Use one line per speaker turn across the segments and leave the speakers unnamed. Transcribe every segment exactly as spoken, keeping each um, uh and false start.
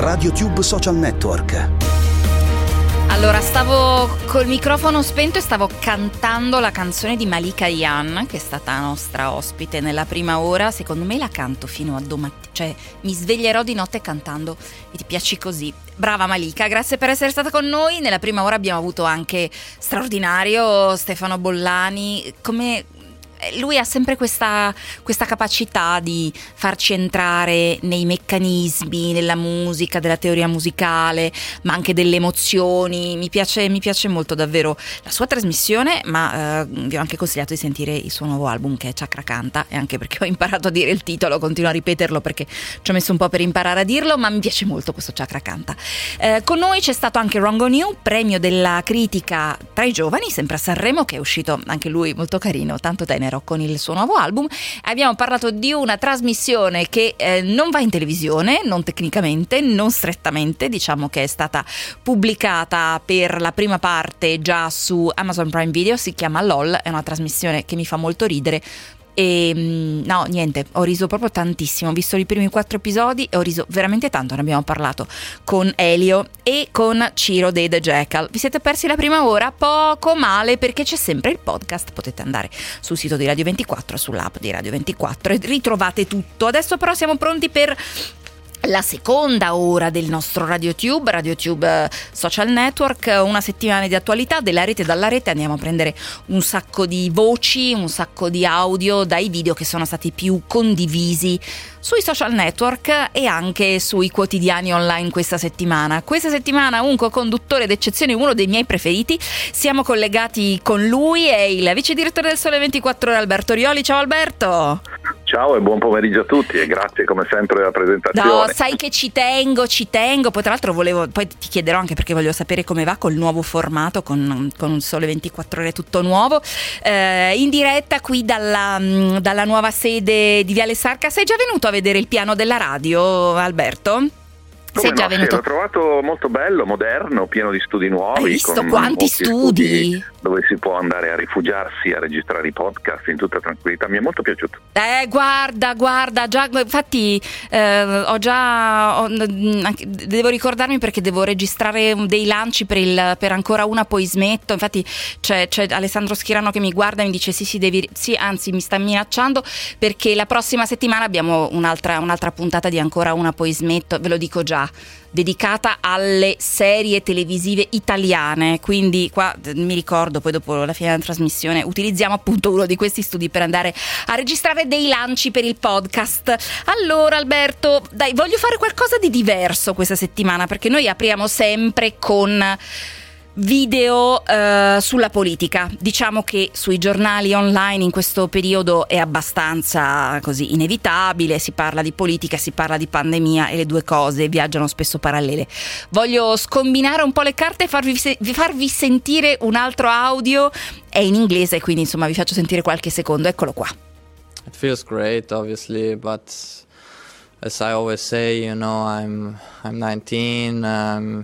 RadioTube Social Network.
Allora, stavo col microfono spento e stavo cantando la canzone di Malika Ayane, che è stata nostra ospite nella prima ora. Secondo me la canto fino a domattina, cioè mi sveglierò di notte cantando e ti piaci così. Brava Malika, grazie per essere stata con noi. Nella prima ora abbiamo avuto anche straordinario Stefano Bollani. Come lui ha sempre questa, questa capacità di farci entrare nei meccanismi della musica, della teoria musicale, ma anche delle emozioni. Mi piace, mi piace molto davvero la sua trasmissione, ma eh, vi ho anche consigliato di sentire il suo nuovo album, che è Chakra Canta, e anche perché ho imparato a dire il titolo, continuo a ripeterlo perché ci ho messo un po' per imparare a dirlo, ma mi piace molto questo Chakra Canta. Eh, con noi c'è stato anche Rongo New, premio della critica tra i giovani, sempre a Sanremo, che è uscito anche lui molto carino, tanto tenero, con il suo nuovo album. Abbiamo parlato di una trasmissione che eh, non va in televisione, non tecnicamente, non strettamente, diciamo che è stata pubblicata per la prima parte già su Amazon Prime Video, si chiama LOL, è una trasmissione che mi fa molto ridere. E no, niente, ho riso proprio tantissimo, ho visto i primi quattro episodi e ho riso veramente tanto. Ne abbiamo parlato con Elio e con Ciro dei The Jackal. Vi siete persi la prima ora? Poco male, perché c'è sempre il podcast, potete andare sul sito di Radio ventiquattro, sull'app di Radio ventiquattro e ritrovate tutto. Adesso però siamo pronti per la seconda ora del nostro RadioTube, RadioTube Social Network, una settimana di attualità della rete e dalla rete. Andiamo a prendere un sacco di voci, un sacco di audio dai video che sono stati più condivisi sui social network e anche sui quotidiani online questa settimana. Questa settimana un co-conduttore d'eccezione, uno dei miei preferiti. Siamo collegati con lui, è il vice direttore del Sole ventiquattro Ore, Alberto Rioli. Ciao Alberto!
Ciao e buon pomeriggio a tutti e grazie come sempre della presentazione.
No, sai che ci tengo, ci tengo. Poi tra l'altro volevo, poi ti chiederò anche perché voglio sapere come va col nuovo formato, con, con un Sole ventiquattro Ore tutto nuovo, eh, in diretta qui dalla, dalla nuova sede di Viale Sarca. Sei già venuto a vedere il piano della radio, Alberto?
Come
Sei già
no,
venuto?
Sì, l'ho trovato molto bello, moderno, pieno di studi nuovi.
Hai visto
con
quanti studi?
studi dove si può andare a rifugiarsi, a registrare i podcast in tutta tranquillità. Mi è molto piaciuto.
Eh, guarda, guarda, già, infatti eh, ho già, ho, devo ricordarmi perché devo registrare dei lanci per, il, per ancora una poi smetto. Infatti c'è, c'è Alessandro Schirano che mi guarda e mi dice sì, sì, devi, sì, anzi mi sta minacciando perché la prossima settimana abbiamo un'altra, un'altra puntata di ancora una poi smetto, ve lo dico già, dedicata alle serie televisive italiane. Quindi qua mi ricordo, poi dopo la fine della trasmissione utilizziamo appunto uno di questi studi per andare a registrare dei lanci per il podcast. Allora Alberto, dai, voglio fare qualcosa di diverso questa settimana, perché noi apriamo sempre con video eh, sulla politica. Diciamo che sui giornali online in questo periodo è abbastanza così inevitabile, si parla di politica, si parla di pandemia e le due cose viaggiano spesso parallele. Voglio scombinare un po' le carte e farvi, se- farvi sentire un altro audio, è in inglese quindi insomma vi faccio sentire qualche secondo, eccolo qua.
It feels great obviously, but as I always say, you know, I'm I'm nineteen, um,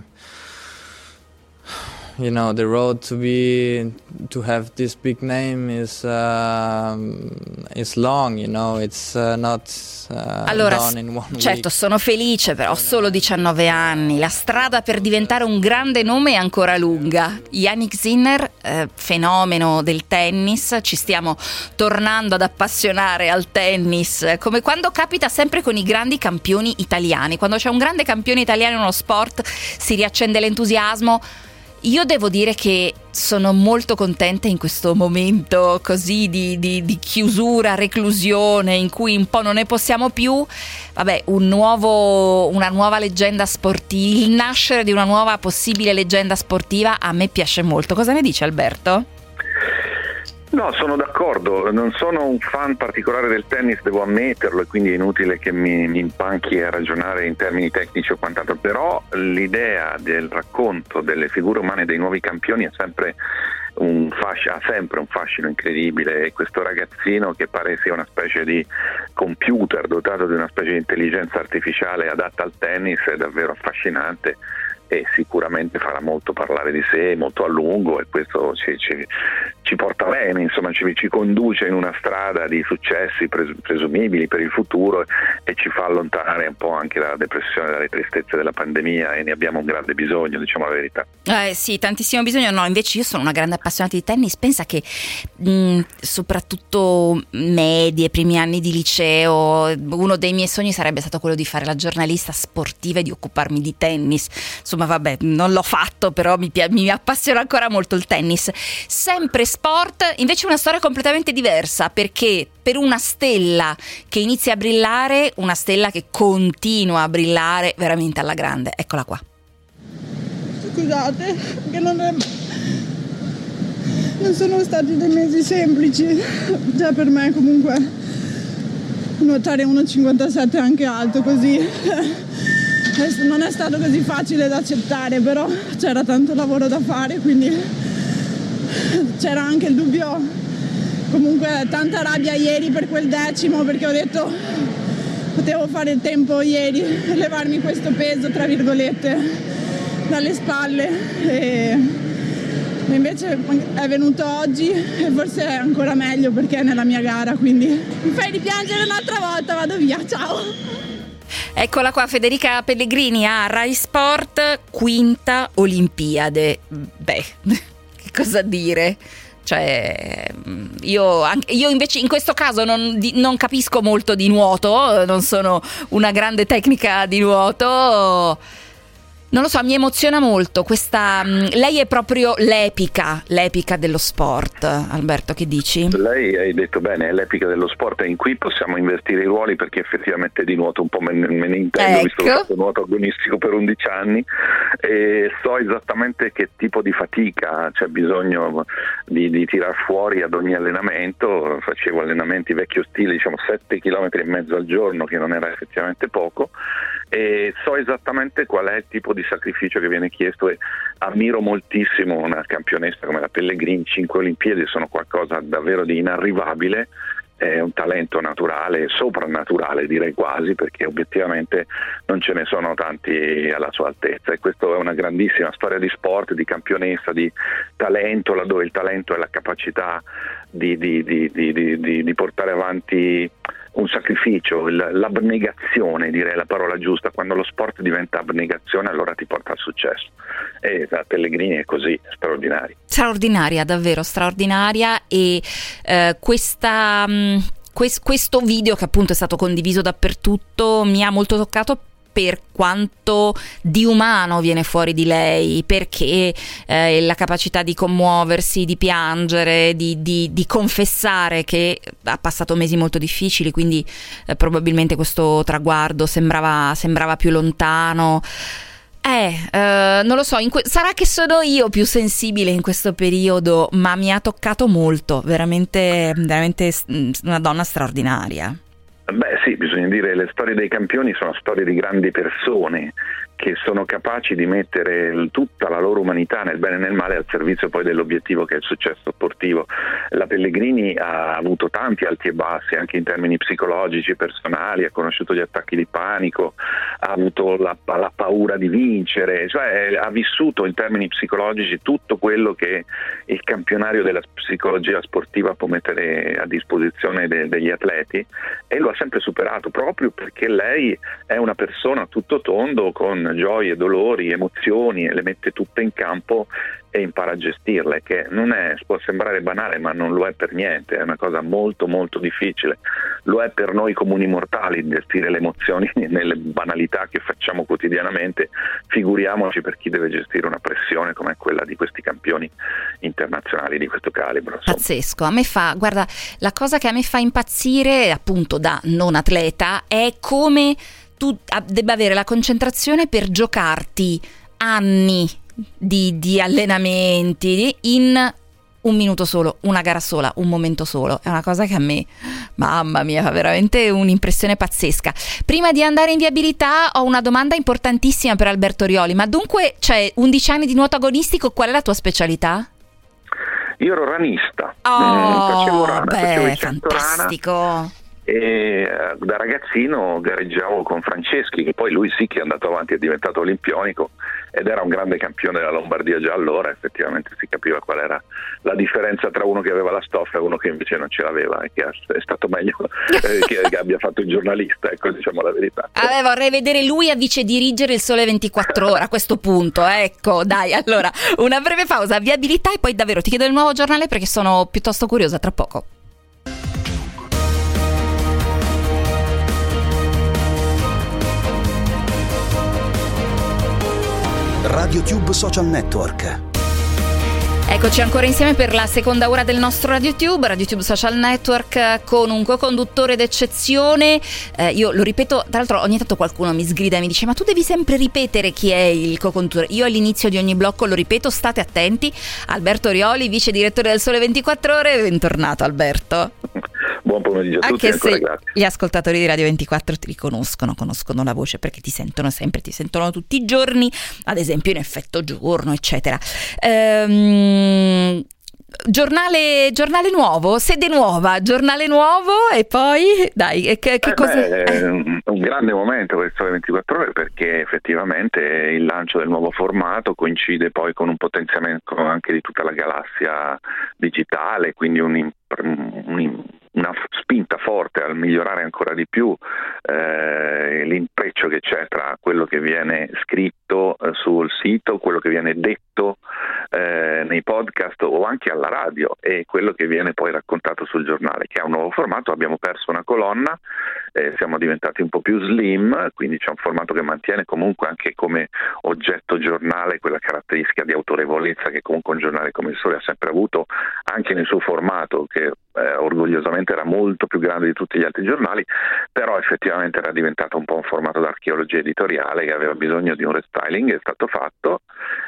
you know, the road to be to have this big name is um, is long, you know, it's uh, not uh,
allora,
done in one
certo,
week.
Sono felice, però ho solo diciannove anni. La strada per diventare un grande nome è ancora lunga. Jannik Sinner, eh, fenomeno del tennis, ci stiamo tornando ad appassionare al tennis, come quando capita sempre con i grandi campioni italiani. Quando c'è un grande campione italiano in uno sport si riaccende l'entusiasmo. Io devo dire che sono molto contenta in questo momento così di, di, di chiusura, reclusione, in cui un po' non ne possiamo più. Vabbè, un nuovo, una nuova leggenda sportiva, il nascere di una nuova possibile leggenda sportiva a me piace molto. Cosa ne dice Alberto?
No, sono d'accordo, non sono un fan particolare del tennis, devo ammetterlo, e quindi è inutile che mi, mi impanchi a ragionare in termini tecnici o quant'altro, però l'idea del racconto delle figure umane dei nuovi campioni è sempre un fascino, ha sempre un fascino incredibile, e questo ragazzino che pare sia una specie di computer dotato di una specie di intelligenza artificiale adatta al tennis è davvero affascinante e sicuramente farà molto parlare di sé, molto a lungo, e questo ci, ci, ci porta bene, insomma ci, ci conduce in una strada di successi pres- presumibili per il futuro e ci fa allontanare un po' anche dalla depressione, dalle tristezze della pandemia, e ne abbiamo un grande bisogno, diciamo la verità.
Eh sì, tantissimo bisogno. No, invece io sono una grande appassionata di tennis. Pensa che mh, soprattutto medie, primi anni di liceo, uno dei miei sogni sarebbe stato quello di fare la giornalista sportiva e di occuparmi di tennis. Insomma vabbè, non l'ho fatto, però mi, mi appassiona ancora molto il tennis. Sempre sport, invece una storia completamente diversa, perché per una stella che inizia a brillare, una stella che continua a brillare veramente alla grande. Eccola qua.
Scusate, che non, è... non sono stati dei mesi semplici, già per me comunque nuotare uno virgola cinquantasette è anche alto così, non è stato così facile da accettare, però c'era tanto lavoro da fare, quindi c'era anche il dubbio, comunque tanta rabbia ieri per quel decimo, perché ho detto potevo fare il tempo ieri e levarmi questo peso tra virgolette dalle spalle, e invece è venuto oggi e forse è ancora meglio perché è nella mia gara, quindi mi fai ripiangere un'altra volta, vado via, ciao.
Eccola qua, Federica Pellegrini a Rai Sport, quinta Olimpiade. Beh, che cosa dire? Cioè, io, anche, io invece in questo caso non, di, non capisco molto di nuoto, non sono una grande tecnica di nuoto. Non lo so, mi emoziona molto questa. Lei è proprio l'epica, l'epica dello sport. Alberto, che dici?
Lei hai detto bene, è l'epica dello sport, e in cui possiamo investire i ruoli, perché effettivamente di nuoto un po' me, me ne intendo,
ecco.
Visto che ho fatto nuoto agonistico per undici anni e so esattamente che tipo di fatica c'è bisogno di, di tirar fuori ad ogni allenamento. Facevo allenamenti vecchio stile, diciamo sette chilometri e mezzo al giorno, che non era effettivamente poco, e so esattamente qual è il tipo di sacrificio che viene chiesto, e ammiro moltissimo una campionessa come la Pellegrini. Cinque Olimpiadi sono qualcosa davvero di inarrivabile, è un talento naturale, soprannaturale direi quasi, perché obiettivamente non ce ne sono tanti alla sua altezza, e questa è una grandissima storia di sport, di campionessa, di talento, laddove il talento è la capacità di, di, di, di, di, di portare avanti un sacrificio, l'abnegazione, direi la parola giusta. Quando lo sport diventa abnegazione, allora ti porta al successo, e la Pellegrini è così, è straordinaria.
Straordinaria, davvero straordinaria, e eh, questa, mh, quest, questo video, che appunto è stato condiviso dappertutto, mi ha molto toccato per quanto di umano viene fuori di lei, perché eh, la capacità di commuoversi, di piangere, di, di, di confessare che ha passato mesi molto difficili, quindi eh, probabilmente questo traguardo sembrava, sembrava più lontano. Eh, eh, non lo so, in que- sarà che sono io più sensibile in questo periodo, ma mi ha toccato molto, veramente, veramente una donna straordinaria.
Beh sì, bisogna dire, le storie dei campioni sono storie di grandi persone che sono capaci di mettere tutta la loro umanità nel bene e nel male al servizio poi dell'obiettivo che è il successo sportivo. La Pellegrini ha avuto tanti alti e bassi anche in termini psicologici, personali, ha conosciuto gli attacchi di panico, ha avuto la, la paura di vincere, cioè ha vissuto in termini psicologici tutto quello che il campionario della psicologia sportiva può mettere a disposizione de, degli atleti, e lo ha sempre superato, proprio perché lei è una persona a tutto tondo, con gioie, dolori, emozioni, e le mette tutte in campo e impara a gestirle, che non è, può sembrare banale, ma non lo è per niente, è una cosa molto molto difficile. Lo è per noi comuni mortali gestire le emozioni nelle banalità che facciamo quotidianamente, figuriamoci per chi deve gestire una pressione come quella di questi campioni internazionali di questo calibro. Insomma.
Pazzesco, a me fa, guarda, la cosa che a me fa impazzire, appunto da non atleta, è come tu debba avere la concentrazione per giocarti anni di, di allenamenti in un minuto solo, una gara sola, un momento solo. È una cosa che a me, mamma mia, fa veramente un'impressione pazzesca. Prima di andare in viabilità ho una domanda importantissima per Alberto Rioli, ma dunque, cioè, undici anni di nuoto agonistico, qual è la tua specialità?
Io ero ranista,
Oh,
facevo rana,
beh,
facevo il cento
fantastico.
rana. e uh, da ragazzino gareggiavo con Franceschi, che poi lui sì che è andato avanti, è diventato olimpionico ed era un grande campione della Lombardia già allora. Effettivamente si capiva qual era la differenza tra uno che aveva la stoffa e uno che invece non ce l'aveva, e che è stato meglio eh, che, che abbia fatto il giornalista, ecco, diciamo la verità.
Allora, vorrei vedere lui a vice dirigere il Sole ventiquattro Ore a questo punto, ecco, dai. Allora, una breve pausa, viabilità, e poi davvero ti chiedo il nuovo giornale perché sono piuttosto curiosa. Tra poco.
RadioTube Social Network.
Eccoci ancora insieme per la seconda ora del nostro RadioTube, RadioTube Social Network, con un co-conduttore d'eccezione. Eh, io lo ripeto, tra l'altro ogni tanto qualcuno mi sgrida e mi dice: ma tu devi sempre ripetere chi è il co-conduttore. Io all'inizio di ogni blocco lo ripeto, state attenti. Alberto Rioli, vice direttore del Sole ventiquattro Ore. Bentornato Alberto.
Buon pomeriggio a tutti.
Anche se
grazie.
Gli ascoltatori di Radio ventiquattro ti riconoscono, conoscono la voce perché ti sentono sempre, ti sentono tutti i giorni, ad esempio in Effetto Giorno, eccetera. Ehm, giornale, giornale nuovo, sede nuova, giornale nuovo, e poi dai, che, che
eh
cosa?
Beh, è un grande momento per il Sole ventiquattro Ore, perché effettivamente il lancio del nuovo formato coincide poi con un potenziamento anche di tutta la galassia digitale, quindi un, un una spinta forte al migliorare ancora di più eh, l'intreccio che c'è tra quello che viene scritto eh, sul sito, quello che viene detto eh, nei podcast o anche alla radio, e quello che viene poi raccontato sul giornale, che è un nuovo formato. Abbiamo perso una colonna, eh, siamo diventati un po' più slim, quindi c'è un formato che mantiene comunque anche come oggetto giornale quella caratteristica di autorevolezza che comunque un giornale come il Sole ha sempre avuto, anche nel suo formato, che eh, orgogliosamente era molto più grande di tutti gli altri giornali, però effettivamente era diventato un po' un formato d'archeologia editoriale che aveva bisogno di un restyling. È stato fatto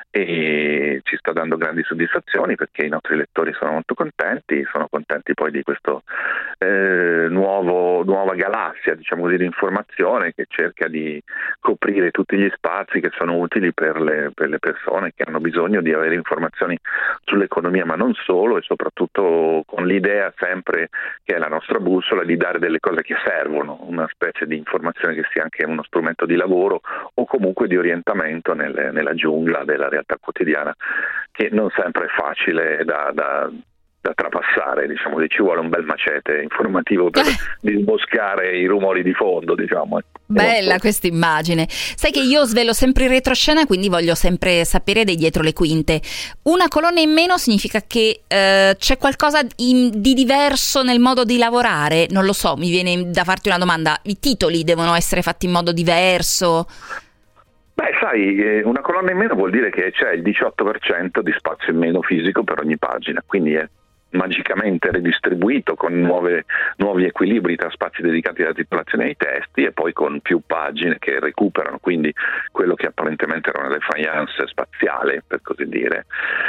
e ci sta dando grandi soddisfazioni, perché i nostri lettori sono molto contenti, sono contenti poi di questo eh, nuovo nuova galassia, diciamo così, di informazione che cerca di coprire tutti gli spazi che sono utili per le, per le persone che hanno bisogno di avere informazioni sull'economia, ma non solo, e soprattutto con l'idea sempre, che è la nostra bussola, di dare delle cose che servono, una specie di informazione che sia anche uno strumento di lavoro o comunque di orientamento nelle, nella giungla della realtà quotidiana, che non sempre è facile da, da, da trapassare, diciamo che ci vuole un bel macete informativo per disboscare i rumori di fondo, diciamo.
Bella questa immagine. Sai che io svelo sempre in retroscena, quindi voglio sempre sapere dei dietro le quinte. Una colonna in meno significa che eh, c'è qualcosa in, di diverso nel modo di lavorare? Non lo so, mi viene da farti una domanda. I titoli devono essere fatti in modo diverso?
Beh, sai, una colonna in meno vuol dire che c'è il diciotto per cento di spazio in meno fisico per ogni pagina, quindi è magicamente redistribuito con nuove, nuovi equilibri tra spazi dedicati alla titolazione ai testi e poi con più pagine che recuperano quindi quello che apparentemente era una defiance spaziale, per così dire.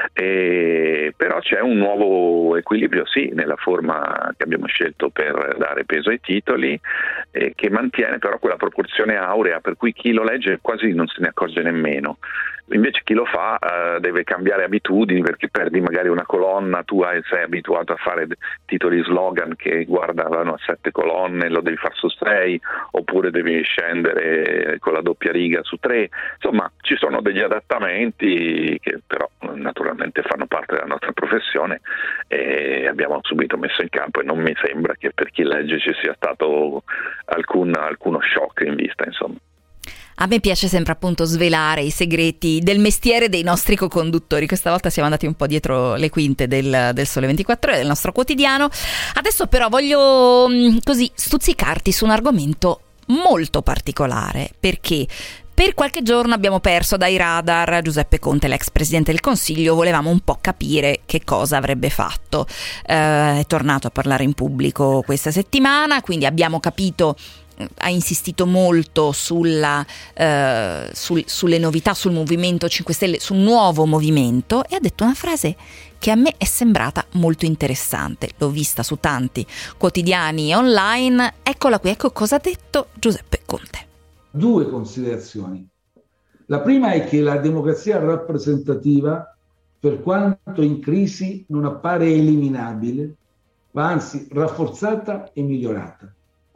E però c'è un nuovo equilibrio, sì, nella forma che abbiamo scelto per dare peso ai titoli, eh, che mantiene però quella proporzione aurea per cui chi lo legge quasi non se ne accorge nemmeno. Invece chi lo fa uh, deve cambiare abitudini, perché perdi magari una colonna, tu hai, sei abituato a fare titoli slogan che guardano a sette colonne, lo devi fare su sei, oppure devi scendere con la doppia riga su tre. Insomma, ci sono degli adattamenti che però naturalmente fanno parte della nostra professione e abbiamo subito messo in campo, e non mi sembra che per chi legge ci sia stato alcun, alcuno shock in vista, insomma.
A me piace sempre appunto svelare i segreti del mestiere dei nostri co-conduttori. Questa volta siamo andati un po' dietro le quinte del, del Sole ventiquattro Ore, del nostro quotidiano. Adesso però voglio così stuzzicarti su un argomento molto particolare, perché per qualche giorno abbiamo perso dai radar Giuseppe Conte, l'ex Presidente del Consiglio. Volevamo un po' capire che cosa avrebbe fatto. Eh, è tornato a parlare in pubblico questa settimana, quindi abbiamo capito, ha insistito molto sulla, eh, sul, sulle novità, sul Movimento cinque Stelle, sul nuovo movimento, e ha detto una frase che a me è sembrata molto interessante. L'ho vista su tanti quotidiani online. Eccola qui, ecco cosa ha detto Giuseppe Conte.
Due considerazioni. La prima è che la democrazia rappresentativa, per quanto in crisi, non appare eliminabile, ma anzi rafforzata e migliorata.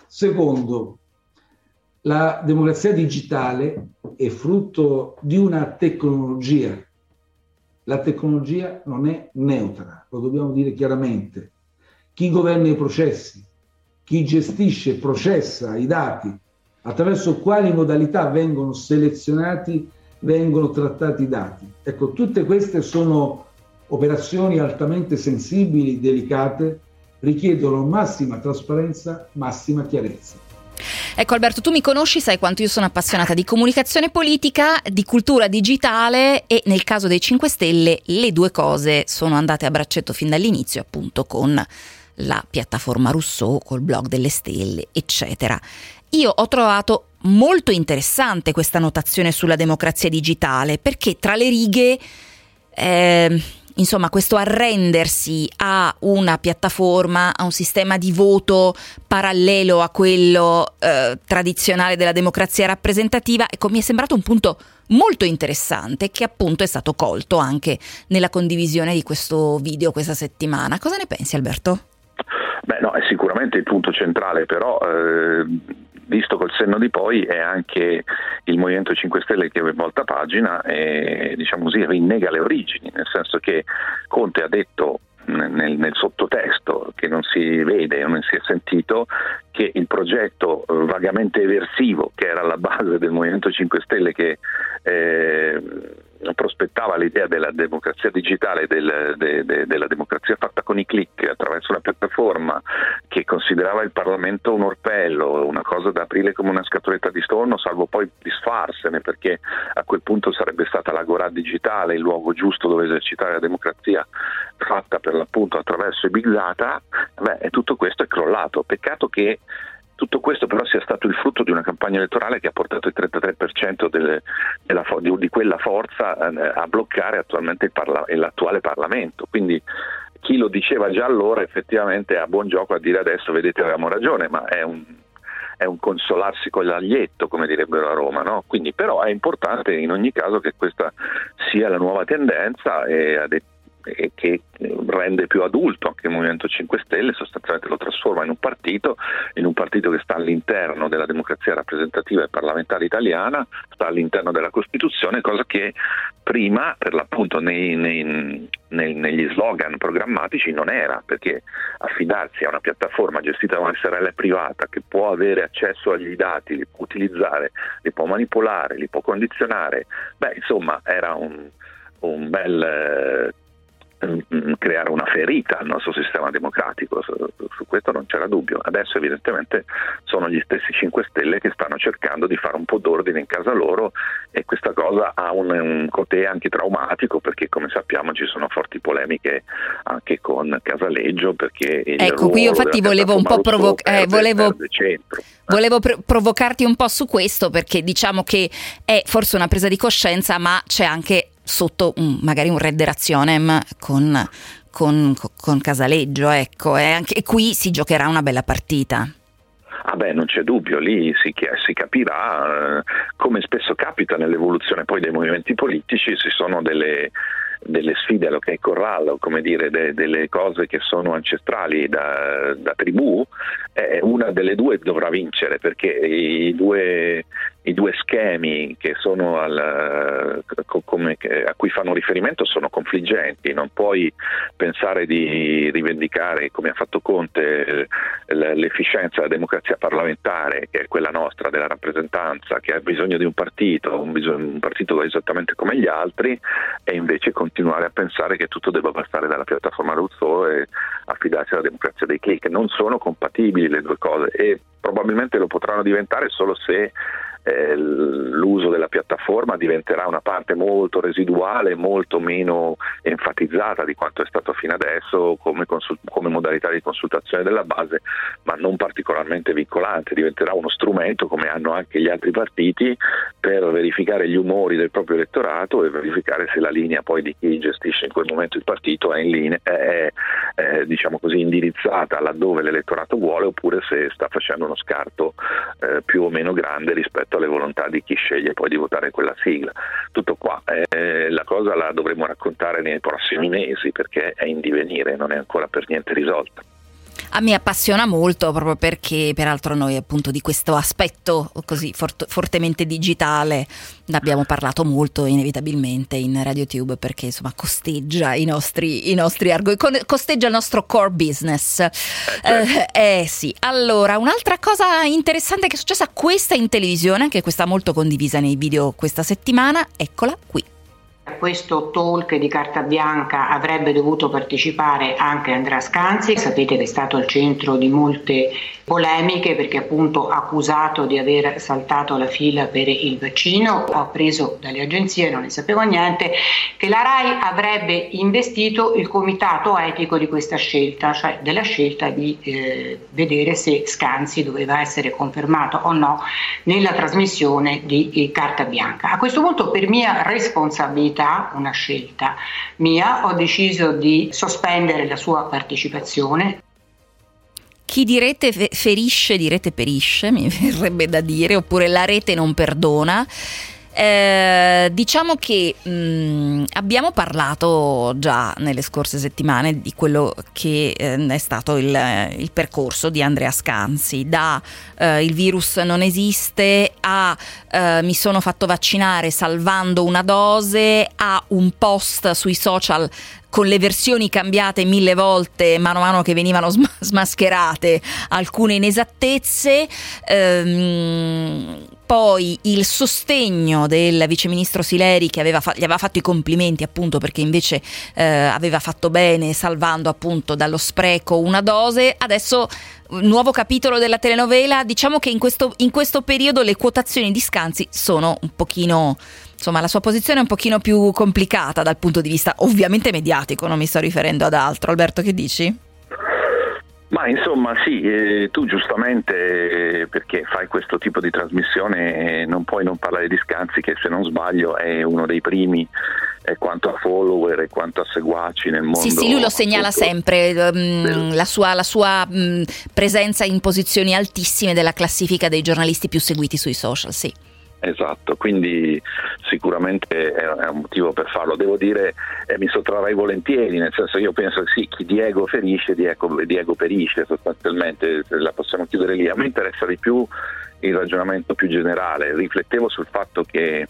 Secondo, la democrazia digitale è frutto di una tecnologia. La tecnologia non è neutra, lo dobbiamo dire chiaramente. Chi governa i processi, chi gestisce e processa i dati, attraverso quali modalità vengono selezionati, vengono trattati i dati. Ecco, tutte queste sono operazioni altamente sensibili, delicate, richiedono massima trasparenza, massima chiarezza.
Ecco Alberto, tu mi conosci, sai quanto io sono appassionata di comunicazione politica, di cultura digitale e nel caso dei cinque Stelle le due cose sono andate a braccetto fin dall'inizio, appunto con la piattaforma Rousseau, col blog delle stelle, eccetera. Io ho trovato molto interessante questa notazione sulla democrazia digitale, perché tra le righe, eh, insomma, questo arrendersi a una piattaforma, a un sistema di voto parallelo a quello eh, tradizionale della democrazia rappresentativa, ecco, mi è sembrato un punto molto interessante che appunto è stato colto anche nella condivisione di questo video questa settimana. Cosa ne pensi, Alberto?
Beh, no, è sicuramente il punto centrale, però eh, visto col senno di poi è anche il Movimento cinque Stelle che volta pagina e, diciamo così, rinnega le origini, nel senso che Conte ha detto nel, nel sottotesto, che non si vede, non si è sentito, che il progetto vagamente eversivo che era alla base del Movimento cinque Stelle, che eh, prospettava l'idea della democrazia digitale, del, de, de, della democrazia fatta con i click attraverso una piattaforma che considerava il Parlamento un orpello, una cosa da aprile come una scatoletta di tonno, salvo poi disfarsene, perché a quel punto sarebbe stata l'agorà digitale il luogo giusto dove esercitare la democrazia fatta per l'appunto attraverso i big data. Beh, e tutto questo è crollato. Peccato che tutto questo però sia stato il frutto di una campagna elettorale che ha portato il trentatré per cento delle, della, di, di quella forza eh, a bloccare attualmente il parla, l'attuale Parlamento. Quindi chi lo diceva già allora effettivamente ha buon gioco a dire adesso vedete avevamo ragione, ma è un, è un consolarsi con l'aglietto, come direbbero a Roma, no? Quindi però è importante in ogni caso che questa sia la nuova tendenza e ha detto e che rende più adulto anche il Movimento cinque Stelle, sostanzialmente lo trasforma in un partito, in un partito che sta all'interno della democrazia rappresentativa e parlamentare italiana, sta all'interno della Costituzione, cosa che prima per l'appunto nei, nei, nei, negli slogan programmatici non era, perché affidarsi a una piattaforma gestita da una S R L privata che può avere accesso agli dati, li può utilizzare, li può manipolare, li può condizionare, beh insomma era un, un bel eh, creare una ferita al nostro sistema democratico, su, su questo non c'era dubbio. Adesso evidentemente sono gli stessi cinque Stelle che stanno cercando di fare un po' d'ordine in casa loro e questa cosa ha un, un cotè anche traumatico, perché come sappiamo ci sono forti polemiche anche con Casaleggio, perché il
ecco qui io infatti volevo un po' provocare eh, volevo, volevo pr- provocarti un po' su questo, perché diciamo che è forse una presa di coscienza, ma c'è anche sotto un, magari un rederationem con, con, con Casaleggio, ecco, e anche e qui si giocherà una bella partita.
Ah beh, non c'è dubbio, lì si, si capirà, eh, come spesso capita nell'evoluzione poi dei movimenti politici, ci sono delle delle sfide allo che è corrallo, come dire, de, delle cose che sono ancestrali da, da tribù, eh, una delle due dovrà vincere, perché i due, i due schemi che sono al, come, a cui fanno riferimento sono confliggenti. Non puoi pensare di rivendicare, come ha fatto Conte, l'efficienza della democrazia parlamentare, che è quella nostra, della rappresentanza, che ha bisogno di un partito, un, bisogno, un partito esattamente come gli altri, e invece continuare a pensare che tutto debba passare dalla piattaforma Rousseau e affidarsi alla democrazia dei click. Non sono compatibili le due cose e probabilmente lo potranno diventare solo se eh, l'uso della piattaforma diventerà una parte molto residuale, molto meno enfatizzata di quanto è stato fino adesso come, consul- come modalità di consultazione della base, ma non particolarmente vincolante. Diventerà uno strumento, come hanno anche gli altri partiti, per verificare gli umori del proprio elettorato e verificare se la linea poi di chi gestisce in quel momento il partito è in linea, è, è diciamo così indirizzata laddove l'elettorato vuole, oppure se sta facendo uno scarto eh, più o meno grande rispetto alle volontà di chi sceglie poi di votare quella sigla. Tutto qua, eh, la cosa la dovremo raccontare nei prossimi mesi, perché è in divenire, non è ancora per niente risolta.
A me appassiona molto, proprio perché peraltro noi appunto di questo aspetto così fort- fortemente digitale ne abbiamo parlato molto inevitabilmente in RadioTube, perché insomma costeggia i nostri, i nostri argomenti, costeggia il nostro core business. Eh, eh sì, allora un'altra cosa interessante che è successa questa in televisione, anche questa molto condivisa nei video questa settimana, eccola qui.
A questo talk di carta bianca avrebbe dovuto partecipare anche Andrea Scanzi, sapete che è stato al centro di molte polemiche perché appunto accusato di aver saltato la fila per il vaccino. Ho appreso dalle agenzie, non ne sapevo niente, che la RAI avrebbe investito il comitato etico di questa scelta, cioè della scelta di eh, vedere se Scanzi doveva essere confermato o no nella trasmissione di eh, carta bianca. A questo punto, per mia responsabilità, una scelta mia, ho deciso di sospendere la sua partecipazione.
Chi di rete ferisce, di rete perisce, mi verrebbe da dire, oppure la rete non perdona. Eh, diciamo che mh, abbiamo parlato già nelle scorse settimane di quello che eh, è stato il, il percorso di Andrea Scanzi, da eh, il virus non esiste a eh, mi sono fatto vaccinare salvando una dose, a un post sui social con le versioni cambiate mille volte mano a mano che venivano sm- smascherate alcune inesattezze, ehm, poi il sostegno del viceministro Sileri che aveva fa- gli aveva fatto i complimenti appunto perché invece eh, aveva fatto bene salvando appunto dallo spreco una dose. Adesso nuovo capitolo della telenovela. Diciamo che in questo, in questo periodo le quotazioni di Scanzi sono un pochino, insomma la sua posizione è un pochino più complicata dal punto di vista ovviamente mediatico, non mi sto riferendo ad altro. Alberto, che dici?
Ma insomma sì, eh, tu giustamente eh, perché fai questo tipo di trasmissione eh, non puoi non parlare di Scanzi, che se non sbaglio è uno dei primi eh, quanto a follower e quanto a seguaci nel mondo.
Sì, sì, lui lo segnala appunto sempre, um, la sua, la sua um, presenza in posizioni altissime della classifica dei giornalisti più seguiti sui social, sì.
Esatto, quindi sicuramente è un motivo per farlo. Devo dire, eh, mi sottrarrei volentieri, nel senso io penso che sì, chi Diego ferisce, Diego, Diego perisce sostanzialmente, la possiamo chiudere lì. A me interessa di più il ragionamento più generale. Riflettevo sul fatto che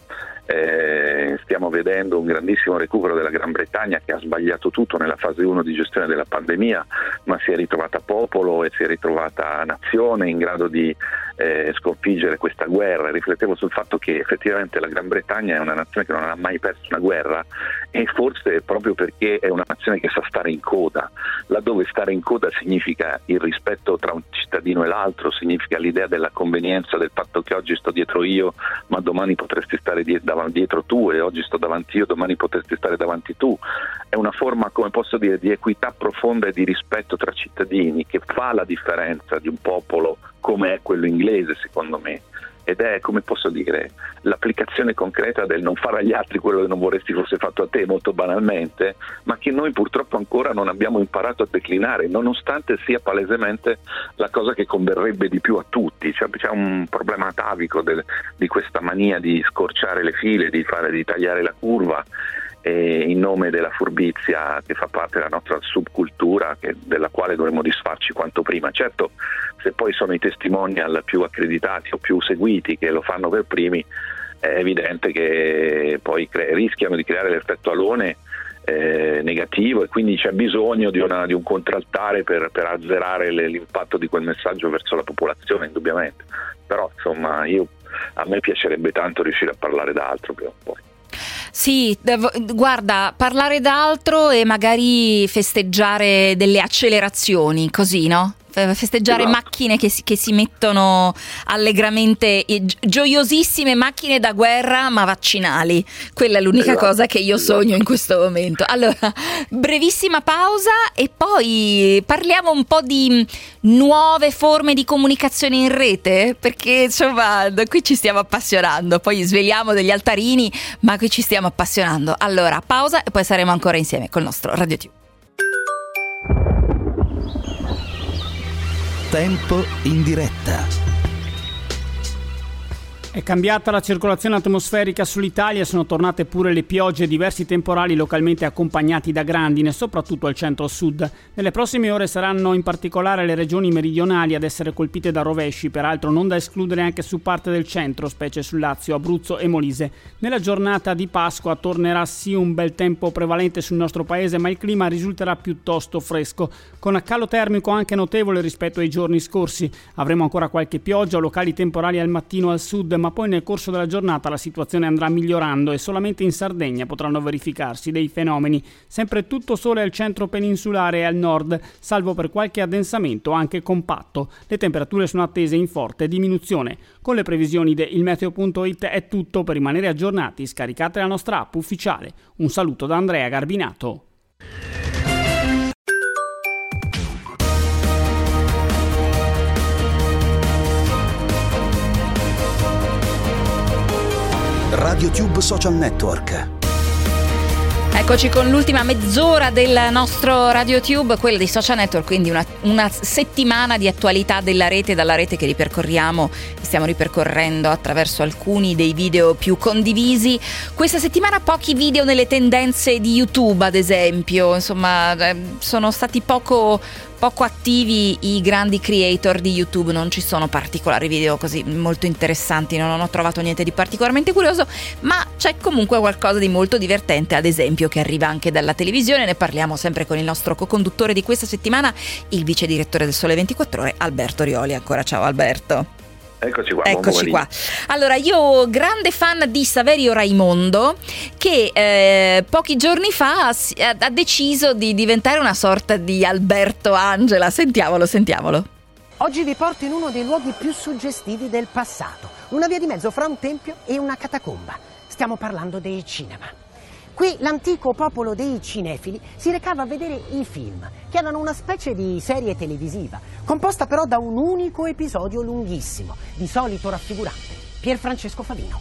eh, stiamo vedendo un grandissimo recupero della Gran Bretagna, che ha sbagliato tutto nella fase uno di gestione della pandemia, ma si è ritrovata popolo e si è ritrovata nazione in grado di eh, sconfiggere questa guerra. Riflettevo sul fatto che effettivamente la Gran Bretagna è una nazione che non ha mai perso una guerra, e forse proprio perché è una nazione che sa stare in coda, laddove stare in coda significa il rispetto tra un cittadino e l'altro, significa l'idea della convenienza del fatto che oggi sto dietro io ma domani potresti stare dietro dietro tu, e oggi sto davanti io, domani potresti stare davanti tu. È una forma, come posso dire, di equità profonda e di rispetto tra cittadini che fa la differenza di un popolo come è quello inglese, secondo me, ed è, come posso dire, l'applicazione concreta del non fare agli altri quello che non vorresti fosse fatto a te, molto banalmente, ma che noi purtroppo ancora non abbiamo imparato a declinare, nonostante sia palesemente la cosa che converrebbe di più a tutti. Cioè, c'è un problema atavico del, di questa mania di scorciare le file, di fare, di tagliare la curva, e in nome della furbizia che fa parte della nostra subcultura, che, della quale dovremmo disfarci quanto prima. Certo, se poi sono i testimonial più accreditati o più seguiti che lo fanno per primi, è evidente che poi cre- rischiano di creare l'effetto alone eh, negativo, e quindi c'è bisogno di, una, di un contraltare per, per azzerare le, l'impatto di quel messaggio verso la popolazione, indubbiamente. Però insomma io, a me piacerebbe tanto riuscire a parlare d'altro prima o poi.
Sì, guarda, parlare d'altro e magari festeggiare delle accelerazioni, così, no? Festeggiare esatto. Macchine che si, che si mettono allegramente, gioiosissime macchine da guerra ma vaccinali. Quella è l'unica esatto. cosa che io sogno esatto. in questo momento. Allora, brevissima pausa e poi parliamo un po' di nuove forme di comunicazione in rete, perché insomma qui ci stiamo appassionando, poi sveliamo degli altarini, ma qui ci stiamo appassionando. Allora, pausa e poi saremo ancora insieme col nostro RadioTube.
Tempo in diretta.
È cambiata la circolazione atmosferica sull'Italia, sono tornate pure le piogge e diversi temporali localmente accompagnati da grandine, soprattutto al centro-sud. Nelle prossime ore saranno in particolare le regioni meridionali ad essere colpite da rovesci, peraltro non da escludere anche su parte del centro, specie sul Lazio, Abruzzo e Molise. Nella giornata di Pasqua tornerà sì un bel tempo prevalente sul nostro paese, ma il clima risulterà piuttosto fresco, con calo termico anche notevole rispetto ai giorni scorsi. Avremo ancora qualche pioggia o locali temporali al mattino al sud, ma poi nel corso della giornata la situazione andrà migliorando e solamente in Sardegna potranno verificarsi dei fenomeni. Sempre tutto sole al centro peninsulare e al nord, salvo per qualche addensamento anche compatto. Le temperature sono attese in forte diminuzione. Con le previsioni di ilmeteo punto it è tutto. Per rimanere aggiornati scaricate la nostra app ufficiale. Un saluto da Andrea Garbinato.
RadioTube Social Network.
Eccoci con l'ultima mezz'ora del nostro RadioTube, quella di Social Network, quindi una, una settimana di attualità della rete, dalla rete che ripercorriamo, stiamo ripercorrendo attraverso alcuni dei video più condivisi. Questa settimana pochi video nelle tendenze di YouTube, ad esempio, insomma, sono stati poco... poco attivi i grandi creator di YouTube, non ci sono particolari video così molto interessanti, non ho trovato niente di particolarmente curioso, ma c'è comunque qualcosa di molto divertente, ad esempio, che arriva anche dalla televisione. Ne parliamo sempre con il nostro co-conduttore di questa settimana, il vice direttore del Sole ventiquattro Ore, Alberto Rioli. Ancora ciao Alberto.
Eccoci qua.
Eccoci qua. Allora, io grande fan di Saverio Raimondo, che eh, pochi giorni fa ha, ha deciso di diventare una sorta di Alberto Angela. Sentiamolo, sentiamolo.
Oggi vi porto in uno dei luoghi più suggestivi del passato, una via di mezzo fra un tempio e una catacomba. Stiamo parlando dei cinema. Qui l'antico popolo dei cinefili si recava a vedere i film, che erano una specie di serie televisiva, composta però da un unico episodio lunghissimo, di solito raffigurante, Pier Francesco Favino.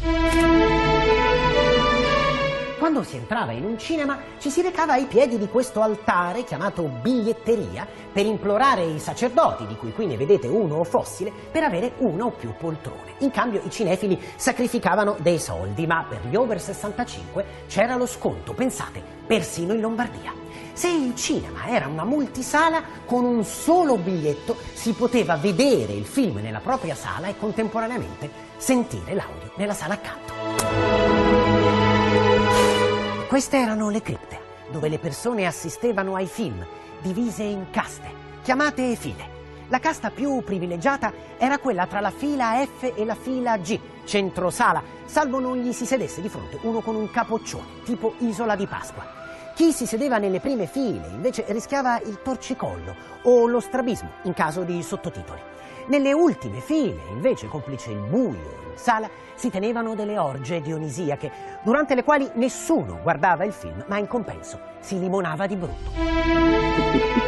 Quando si entrava in un cinema ci si recava ai piedi di questo altare chiamato biglietteria per implorare i sacerdoti, di cui qui ne vedete uno fossile, per avere una o più poltrone. In cambio i cinefili sacrificavano dei soldi, ma per gli over sessantacinque c'era lo sconto, pensate, persino in Lombardia. Se il cinema era una multisala, con un solo biglietto si poteva vedere il film nella propria sala e contemporaneamente sentire l'audio nella sala accanto. Queste erano le cripte, dove le persone assistevano ai film, divise in caste, chiamate file. La casta più privilegiata era quella tra la fila F e la fila G, centrosala, salvo non gli si sedesse di fronte uno con un capoccione, tipo Isola di Pasqua. Chi si sedeva nelle prime file, invece, rischiava il torcicollo o lo strabismo in caso di sottotitoli. Nelle ultime file, invece, complice il buio in sala, si tenevano delle orge dionisiache, durante le quali nessuno guardava il film, ma in compenso si limonava di brutto.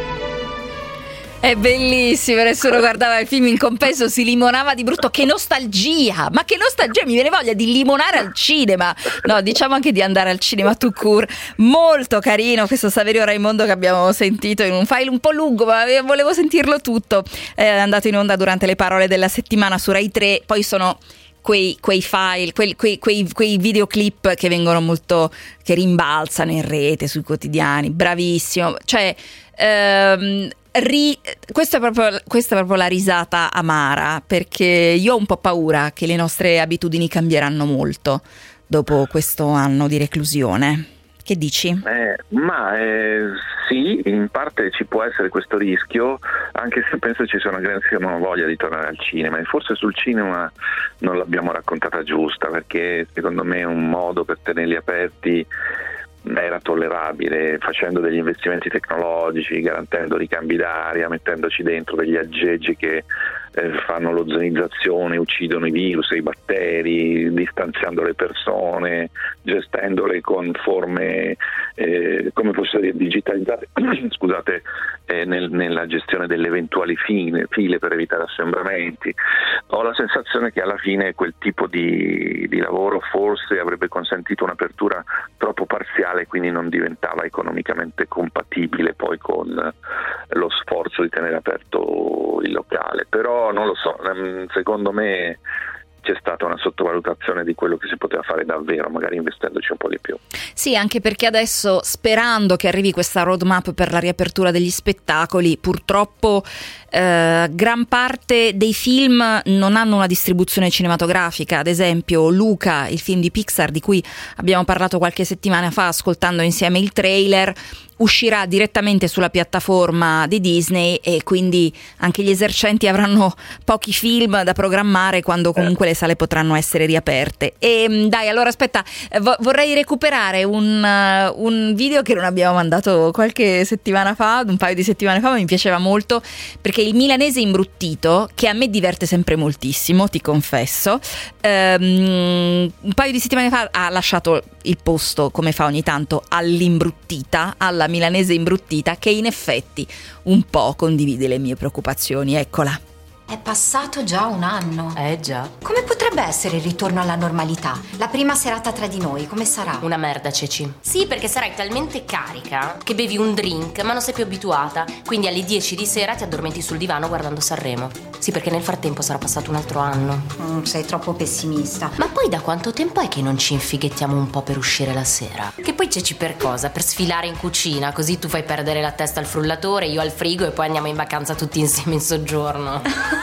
È bellissimo, nessuno guardava il film, in compenso si limonava di brutto. Che nostalgia, ma che nostalgia, mi viene voglia di limonare al cinema. No, diciamo anche di andare al cinema tout court. Molto carino questo Saverio Raimondo che abbiamo sentito in un file un po' lungo, ma volevo sentirlo tutto. È andato in onda durante le parole della settimana su Rai tre, poi sono... Quei, quei file, quei, quei, quei, quei videoclip che vengono molto, che rimbalzano in rete, sui quotidiani, bravissimo, cioè ehm, ri, questa, è proprio, questa è proprio la risata amara, perché io ho un po' paura che le nostre abitudini cambieranno molto dopo questo anno di reclusione. Che dici?
Eh, ma eh, sì, in parte ci può essere questo rischio, anche se penso ci sia una grandissima voglia di tornare al cinema, e forse sul cinema non l'abbiamo raccontata giusta, perché secondo me un modo per tenerli aperti era tollerabile, facendo degli investimenti tecnologici, garantendo ricambi d'aria, mettendoci dentro degli aggeggi che eh, fanno l'ozonizzazione, uccidono i virus e i batteri, distanziando le persone, gestendole con forme eh, come posso dire digitalizzate scusate eh, nel, nella gestione delle eventuali fine, file per evitare assembramenti. Ho la sensazione che alla fine quel tipo di, di lavoro forse avrebbe consentito un'apertura troppo parziale, quindi non diventava economicamente compatibile poi con lo sforzo di tenere aperto il locale. Però non lo so, secondo me c'è stata una sottovalutazione di quello che si poteva fare davvero, magari investendoci un po' di più.
Sì, anche perché adesso, sperando che arrivi questa roadmap per la riapertura degli spettacoli, purtroppo eh, gran parte dei film non hanno una distribuzione cinematografica. Ad esempio Luca, il film di Pixar di cui abbiamo parlato qualche settimana fa ascoltando insieme il trailer, uscirà direttamente sulla piattaforma di Disney e quindi anche gli esercenti avranno pochi film da programmare quando comunque le sale potranno essere riaperte. E dai, allora aspetta, vo- vorrei recuperare un, uh, un video che non abbiamo mandato qualche settimana fa, un paio di settimane fa, ma mi piaceva molto perché il milanese imbruttito, che a me diverte sempre moltissimo, ti confesso, um, un paio di settimane fa ha lasciato il posto, come fa ogni tanto, all'imbruttita, alla milanese imbruttita, che in effetti un po' condivide le mie preoccupazioni. Eccola.
È passato già un anno.
Eh già.
Come potrebbe essere il ritorno alla normalità? La prima serata tra di noi, come sarà?
Una merda, Ceci. Sì, perché sarai talmente carica che bevi un drink ma non sei più abituata. Quindi alle dieci di sera ti addormenti sul divano guardando Sanremo. Sì, perché nel frattempo sarà passato un altro anno.
Mm, sei troppo pessimista.
Ma poi da quanto tempo è che non ci infighettiamo un po' per uscire la sera? Che poi Ceci per cosa? Per sfilare in cucina, così tu fai perdere la testa al frullatore, io al frigo e poi andiamo in vacanza tutti insieme in soggiorno.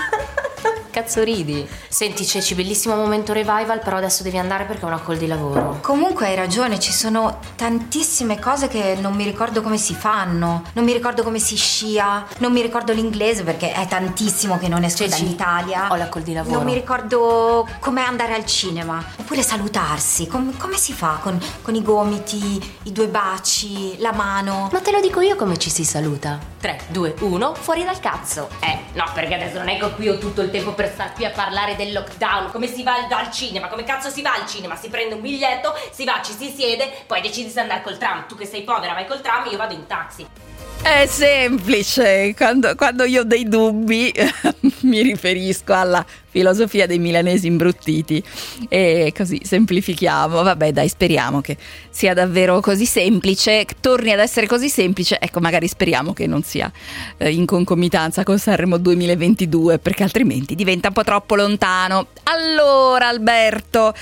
Cazzo ridi? Senti Ceci, bellissimo momento revival, però adesso devi andare perché ho una call di lavoro.
Comunque hai ragione, ci sono tantissime cose che non mi ricordo come si fanno. Non mi ricordo come si scia, non mi ricordo l'inglese perché è tantissimo che non esco
Ceci,
dall'Italia.
ho la call di lavoro.
Non mi ricordo com'è andare al cinema, oppure salutarsi. Com- come si fa? Con, con i gomiti, i due baci, la mano.
Ma te lo dico io come ci si saluta. tre, due, uno, fuori dal cazzo. Eh, no, perché adesso non è che qui ho tutto il tempo per star qui a parlare del lockdown. Come si va al, al cinema? Come cazzo si va al cinema? Si prende un biglietto, si va, ci si siede, poi decidi se andare col tram. Tu che sei povera vai col tram, io vado in taxi.
È semplice, quando, quando io ho dei dubbi mi riferisco alla filosofia dei milanesi imbruttiti e così semplifichiamo. Vabbè dai, speriamo che sia davvero così semplice, torni ad essere così semplice, ecco magari speriamo che non sia eh, in concomitanza con Sanremo duemilaventidue, perché altrimenti diventa un po' troppo lontano. Allora Alberto,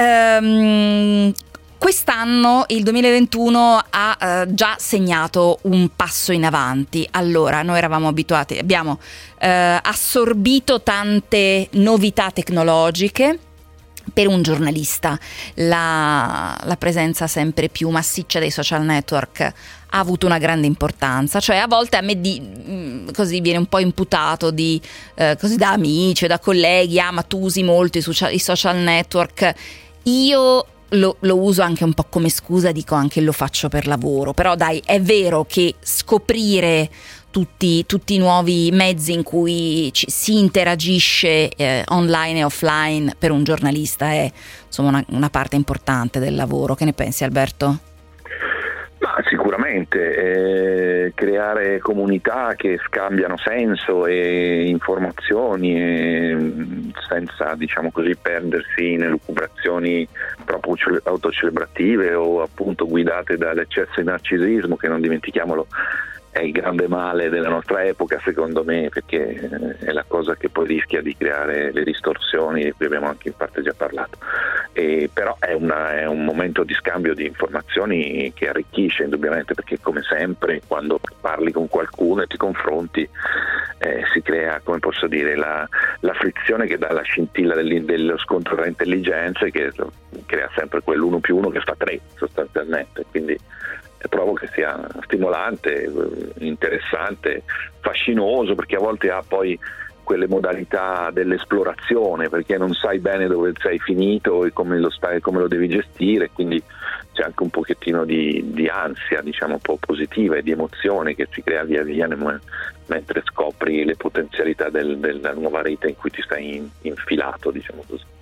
ehm, quest'anno, il duemilaventuno, ha eh, già segnato un passo in avanti. Allora, noi eravamo abituati, abbiamo eh, assorbito tante novità tecnologiche. Per un giornalista la, la presenza sempre più massiccia dei social network ha avuto una grande importanza, cioè a volte a me di, così viene un po' imputato di eh, così da amici o da colleghi, ah ma tu usi molto i social, i social network. Io Lo, lo uso anche un po' come scusa, dico anche lo faccio per lavoro, però dai, è vero che scoprire tutti, tutti i nuovi mezzi in cui ci, si interagisce eh, online e offline per un giornalista è insomma una, una parte importante del lavoro. Che ne pensi Alberto?
Ma sicuramente eh, creare comunità che scambiano senso e informazioni e, senza, diciamo così, perdersi in elucubrazioni troppo autocelebrative o appunto guidate dall'eccesso di narcisismo, che non dimentichiamolo è il grande male della nostra epoca secondo me, perché è la cosa che poi rischia di creare le distorsioni di cui abbiamo anche in parte già parlato. E però è, una, è un momento di scambio di informazioni che arricchisce indubbiamente, perché come sempre quando parli con qualcuno e ti confronti eh, si crea, come posso dire, la, la frizione che dà la scintilla dello scontro tra intelligenze, che crea sempre quell'uno più uno che fa tre sostanzialmente, quindi trovo che sia stimolante, interessante, fascinoso, perché a volte ha poi quelle modalità dell'esplorazione, perché non sai bene dove sei finito e come lo stai, come lo devi gestire, quindi c'è anche un pochettino di, di ansia, diciamo un po' positiva e di emozione che si crea via via mentre scopri le potenzialità del, della nuova rete in cui ti sei in, infilato, diciamo così.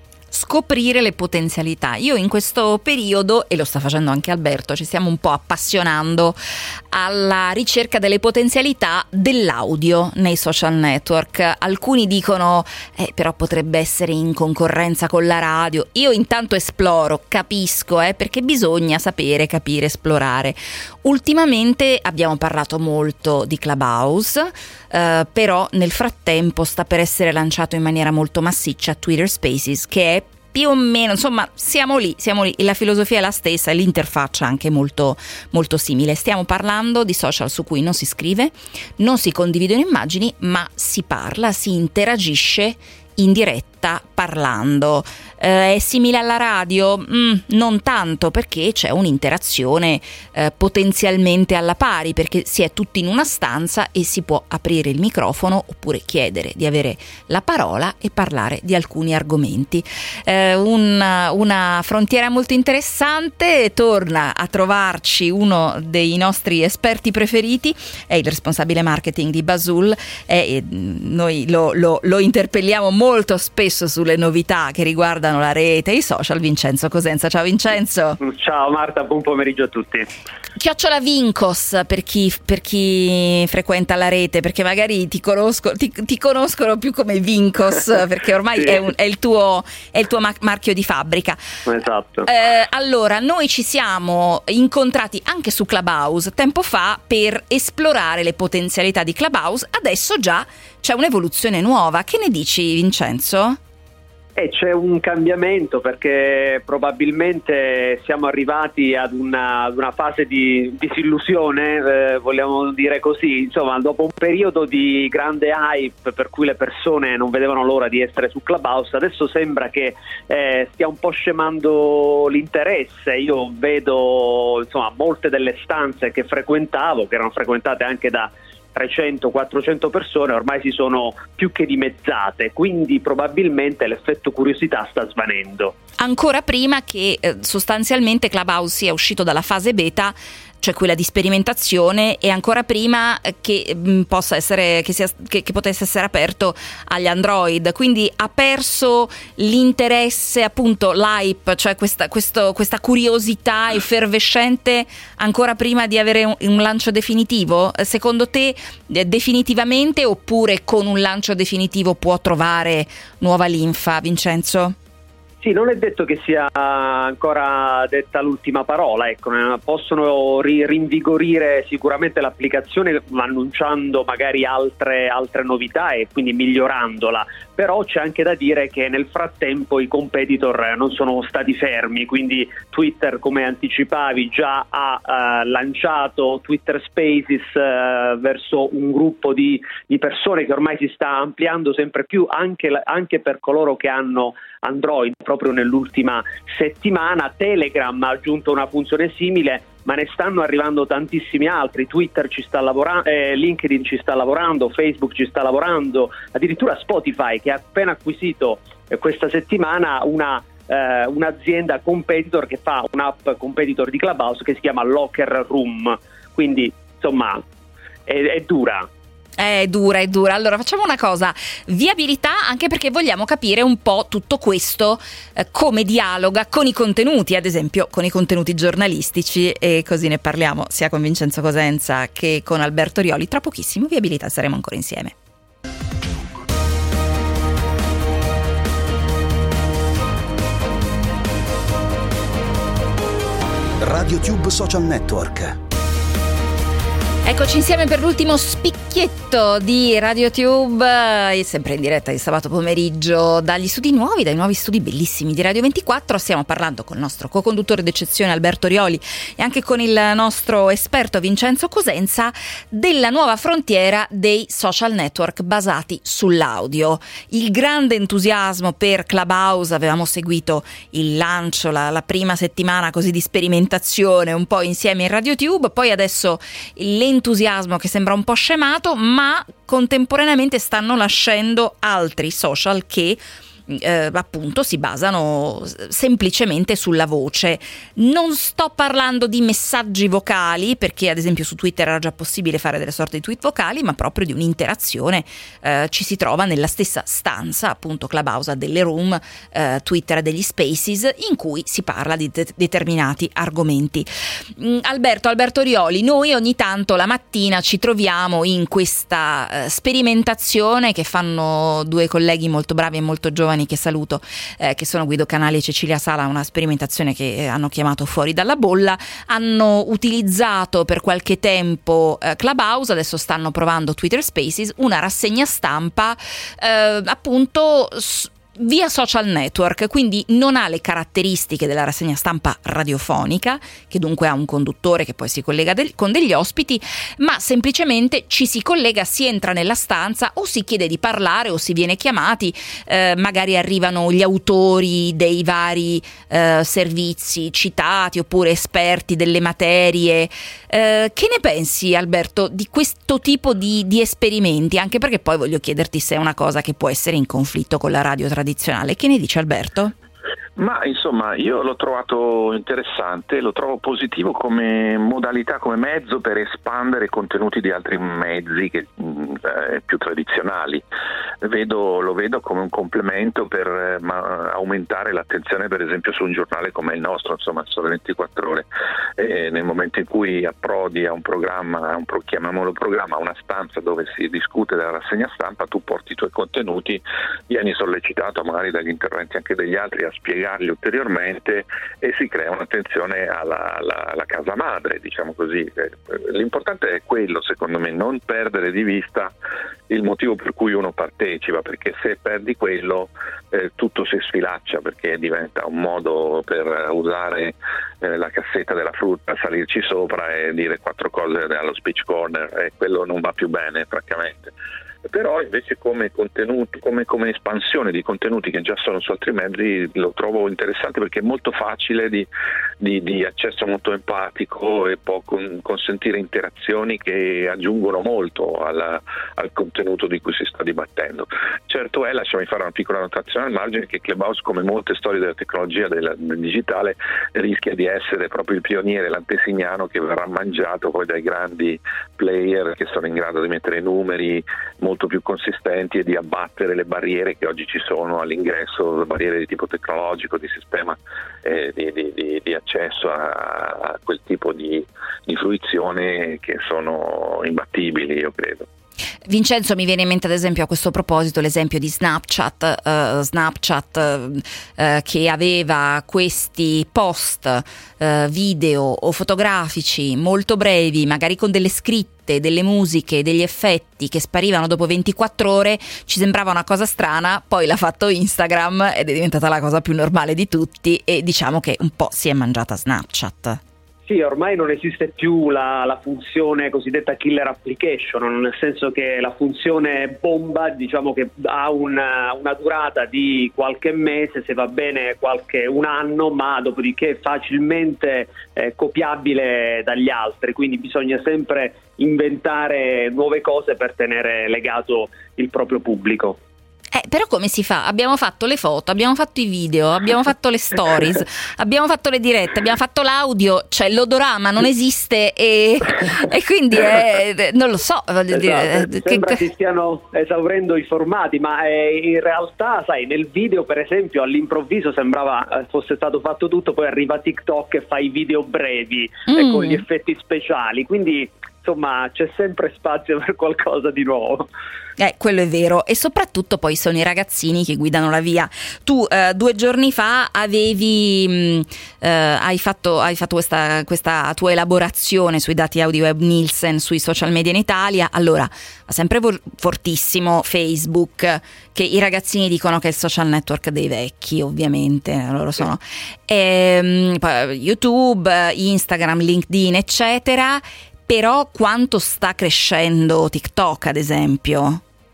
scoprire le potenzialità. Io in questo periodo, e lo sta facendo anche Alberto, ci stiamo un po' appassionando alla ricerca delle potenzialità dell'audio nei social network. Alcuni dicono eh, però potrebbe essere in concorrenza con la radio. Io intanto esploro, capisco, eh, perché bisogna sapere, capire, esplorare. Ultimamente abbiamo parlato molto di Clubhouse, eh, però nel frattempo sta per essere lanciato in maniera molto massiccia Twitter Spaces, che è più o meno, insomma, siamo lì, siamo lì, la filosofia è la stessa e l'interfaccia anche molto, molto simile. Stiamo parlando di social su cui non si scrive, non si condividono immagini, ma si parla, si interagisce in diretta parlando. Eh, è simile alla radio? Mm, non tanto, perché c'è un'interazione eh, potenzialmente alla pari, perché si è tutti in una stanza e si può aprire il microfono oppure chiedere di avere la parola e parlare di alcuni argomenti. Eh, una, una frontiera molto interessante. Torna a trovarci uno dei nostri esperti preferiti, è il responsabile marketing di Bazul, e noi lo, lo, lo interpelliamo molto spesso sulle novità che riguardano la rete e i social. Vincenzo Cosenza. Ciao Vincenzo.
Ciao Marta, buon pomeriggio a tutti.
Chiocciola Vincos per chi, per chi frequenta la rete, perché magari ti, conosco, ti, ti conoscono più come Vincos, perché ormai sì. è, un, è il tuo, è il tuo marchio di fabbrica.
Esatto.
Eh, allora, noi ci siamo incontrati anche su Clubhouse tempo fa per esplorare le potenzialità di Clubhouse. Adesso già c'è un'evoluzione nuova. Che ne dici, Vincenzo?
E c'è un cambiamento, perché probabilmente siamo arrivati ad una, ad una fase di disillusione, eh, vogliamo dire così. Insomma, dopo un periodo di grande hype per cui le persone non vedevano l'ora di essere su Clubhouse, adesso sembra che eh, stia un po' scemando l'interesse. Io vedo, insomma, molte delle stanze che frequentavo, che erano frequentate anche da trecento quattrocento persone, ormai si sono più che dimezzate, quindi probabilmente l'effetto curiosità sta svanendo.
Ancora prima che eh, sostanzialmente Clubhouse sia uscito dalla fase beta, cioè quella di sperimentazione, e ancora prima che mh, possa essere che, sia, che, che potesse essere aperto agli Android, quindi ha perso l'interesse, appunto l'hype, cioè questa, questo, questa curiosità effervescente ancora prima di avere un, un lancio definitivo. Secondo te eh, definitivamente, oppure con un lancio definitivo può trovare nuova linfa, Vincenzo?
Sì, non è detto che sia ancora detta l'ultima parola, ecco, possono ri- rinvigorire sicuramente l'applicazione annunciando magari altre, altre novità e quindi migliorandola, però c'è anche da dire che nel frattempo i competitor non sono stati fermi, quindi Twitter, come anticipavi, già ha uh, lanciato Twitter Spaces uh, verso un gruppo di, di persone che ormai si sta ampliando sempre più, anche, anche per coloro che hanno Android. Proprio nell'ultima settimana Telegram ha aggiunto una funzione simile, ma ne stanno arrivando tantissimi altri. Twitter ci sta lavorando, eh, LinkedIn ci sta lavorando, Facebook ci sta lavorando, addirittura Spotify, che ha appena acquisito eh, questa settimana una eh, un'azienda competitor che fa un'app competitor di Clubhouse che si chiama Locker Room. Quindi insomma è, è dura.
È dura, è dura. Allora facciamo una cosa, viabilità, anche perché vogliamo capire un po' tutto questo, eh, come dialoga con i contenuti, ad esempio con i contenuti giornalistici, e così ne parliamo sia con Vincenzo Cosenza che con Alberto Rioli. Tra pochissimo viabilità, saremo ancora insieme.
RadioTube Social Network.
Eccoci insieme per l'ultimo spicchietto di RadioTube, sempre in diretta di sabato pomeriggio dagli studi nuovi, dai nuovi studi bellissimi di Radio ventiquattro. Stiamo parlando con il nostro co-conduttore d'eccezione Alberto Rioli e anche con il nostro esperto Vincenzo Cosenza della nuova frontiera dei social network basati sull'audio. Il grande entusiasmo per Clubhouse, avevamo seguito il lancio, la, la prima settimana così di sperimentazione un po' insieme in RadioTube, poi adesso l'entusiasmo entusiasmo che sembra un po' scemato, ma contemporaneamente stanno nascendo altri social che eh, appunto si basano semplicemente sulla voce. Non sto parlando di messaggi vocali, perché ad esempio su Twitter era già possibile fare delle sorte di tweet vocali, ma proprio di un'interazione. Eh, ci si trova nella stessa stanza, appunto Clubhouse ha delle room, eh, Twitter ha degli spaces in cui si parla di de- determinati argomenti. Mm, Alberto, Alberto Rioli, noi ogni tanto la mattina ci troviamo in questa eh, sperimentazione che fanno due colleghi molto bravi e molto giovani che saluto, eh, che sono Guido Canali e Cecilia Sala, una sperimentazione che hanno chiamato Fuori dalla bolla. Hanno utilizzato per qualche tempo eh, Clubhouse, adesso stanno provando Twitter Spaces, una rassegna stampa eh, appunto s- via social network, quindi non ha le caratteristiche della rassegna stampa radiofonica, che dunque ha un conduttore che poi si collega del, con degli ospiti, ma semplicemente ci si collega, si entra nella stanza o si chiede di parlare o si viene chiamati, eh, magari arrivano gli autori dei vari eh, servizi citati oppure esperti delle materie. Eh, che ne pensi, Alberto, di questo tipo di, di esperimenti? Anche perché poi voglio chiederti se è una cosa che può essere in conflitto con la radio tradizionale. Che ne dice Alberto?
Ma insomma, io l'ho trovato interessante, lo trovo positivo come modalità, come mezzo per espandere contenuti di altri mezzi che, eh, più tradizionali. Vedo, lo vedo come un complemento per eh, ma, aumentare l'attenzione, per esempio, su un giornale come il nostro, insomma, Sole ventiquattro Ore. E nel momento in cui approdi a un programma, a un pro, chiamiamolo programma, a una stanza dove si discute della rassegna stampa, tu porti i tuoi contenuti, vieni sollecitato magari dagli interventi anche degli altri a spiegare ulteriormente e si crea un'attenzione alla, alla, alla casa madre, diciamo così. L'importante è quello, secondo me, non perdere di vista il motivo per cui uno partecipa, perché se perdi quello eh, tutto si sfilaccia, perché diventa un modo per usare eh, la cassetta della frutta, salirci sopra e dire quattro cose allo speech corner, e quello non va più bene, francamente. Però invece come contenuto, come, come espansione di contenuti che già sono su altri mezzi, lo trovo interessante perché è molto facile, di, di, di accesso molto empatico e può con, consentire interazioni che aggiungono molto alla, al contenuto di cui si sta dibattendo. Certo è, lasciami fare una piccola notazione al margine, che Clubhouse, come molte storie della tecnologia del, del digitale, rischia di essere proprio il pioniere, l'antesignano che verrà mangiato poi dai grandi player che sono in grado di mettere numeri molto più consistenti e di abbattere le barriere che oggi ci sono all'ingresso, barriere di tipo tecnologico, di sistema, eh, di, di, di, di accesso a, a quel tipo di, di fruizione, che sono imbattibili, io credo.
Vincenzo, mi viene in mente ad esempio a questo proposito l'esempio di Snapchat, uh, Snapchat uh, che aveva questi post uh, video o fotografici molto brevi, magari con delle scritte, delle musiche, degli effetti che sparivano dopo ventiquattro ore. Ci sembrava una cosa strana, poi l'ha fatto Instagram ed è diventata la cosa più normale di tutti, e diciamo che un po' si è mangiata Snapchat.
Sì, ormai non esiste più la, la funzione cosiddetta killer application, nel senso che la funzione bomba, diciamo, che ha una, una durata di qualche mese, se va bene qualche un anno, ma dopodiché è facilmente eh, copiabile dagli altri, quindi bisogna sempre inventare nuove cose per tenere legato il proprio pubblico.
Eh, però come si fa? Abbiamo fatto le foto, abbiamo fatto i video, abbiamo fatto le stories, abbiamo fatto le dirette, abbiamo fatto l'audio, cioè l'odorama non esiste e, e quindi è, non lo so, voglio
esatto,
dire,
sembra
che
si stiano esaurendo i formati, ma eh, in realtà, sai, nel video per esempio all'improvviso sembrava eh, fosse stato fatto tutto, poi arriva TikTok e fa i video brevi mm. e con gli effetti speciali, quindi insomma c'è sempre spazio per qualcosa di nuovo.
Eh, quello è vero, e soprattutto poi sono i ragazzini che guidano la via. Tu eh, due giorni fa avevi mh, eh, hai fatto, hai fatto questa, questa tua elaborazione sui dati audio web Nielsen sui social media in Italia. Allora, va sempre vor- fortissimo Facebook, che i ragazzini dicono che è il social network dei vecchi, ovviamente, loro sono e, mh, YouTube, Instagram, LinkedIn, eccetera. Però quanto sta crescendo TikTok, ad esempio?